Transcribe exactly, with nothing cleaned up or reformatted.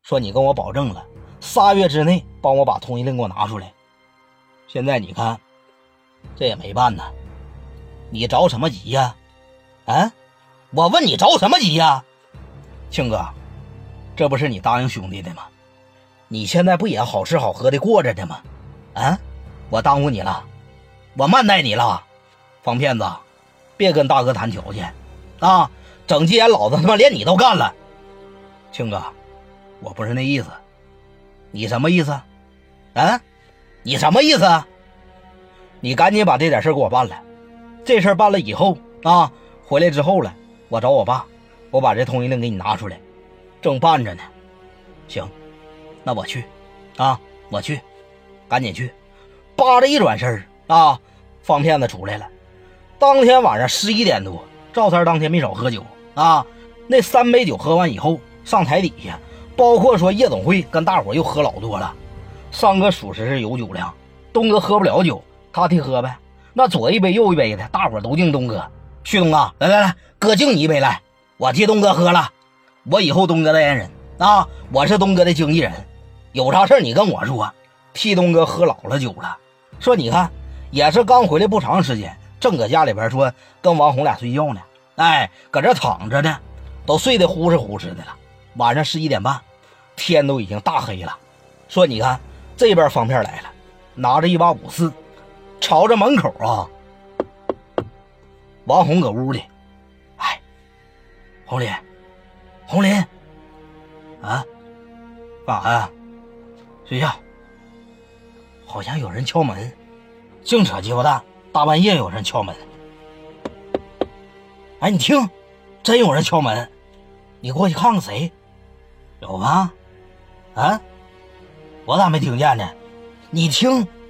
说你跟我保证了，仨月之内帮我把通缉令给我拿出来。现在你看，这也没办呢。你着什么急呀？啊？我问你着什么急呀？庆哥，这不是你答应兄弟的吗？你现在不也好吃好喝的过着呢吗？啊？我耽误你了，我慢待你了。方骗子，别跟大哥谈条件啊！整急眼老子他妈连你都干了。庆哥，我不是那意思。你什么意思？啊？你什么意思？你赶紧把这点事给我办了。这事办了以后啊，回来之后了，我找我爸，我把这通缉令给你拿出来，正办着呢。行，那我去啊，我去，赶紧去。扒着一转身啊，方骗子出来了。当天晚上十一点多，赵三当天没少喝酒啊。那三杯酒喝完以后，上台底下，包括说夜总会跟大伙又喝老多了。三哥属实是有酒量，东哥喝不了酒，他替喝呗。那左一杯右一杯的，大伙都敬东哥。旭东啊，来来来，哥敬你一杯来，我替东哥喝了。我以后东哥代言人啊，我是东哥的经纪人，有啥事你跟我说。替东哥喝老了酒了，说你看也是刚回来不长时间，正搁家里边说跟王红俩睡觉呢，哎，搁这躺着呢，都睡得呼哧呼哧的了。晚上十一点半，天都已经大黑了。说你看这边方片来了，拿着一把五四，朝着门口啊。王红搁屋里，哎，红林，红林，啊，干啥呀？睡觉。好像有人敲门，净扯鸡巴蛋，大半夜有人敲门。哎，你听，真有人敲门，你过去看看谁？有吗？啊？我咋没听见呢？你听。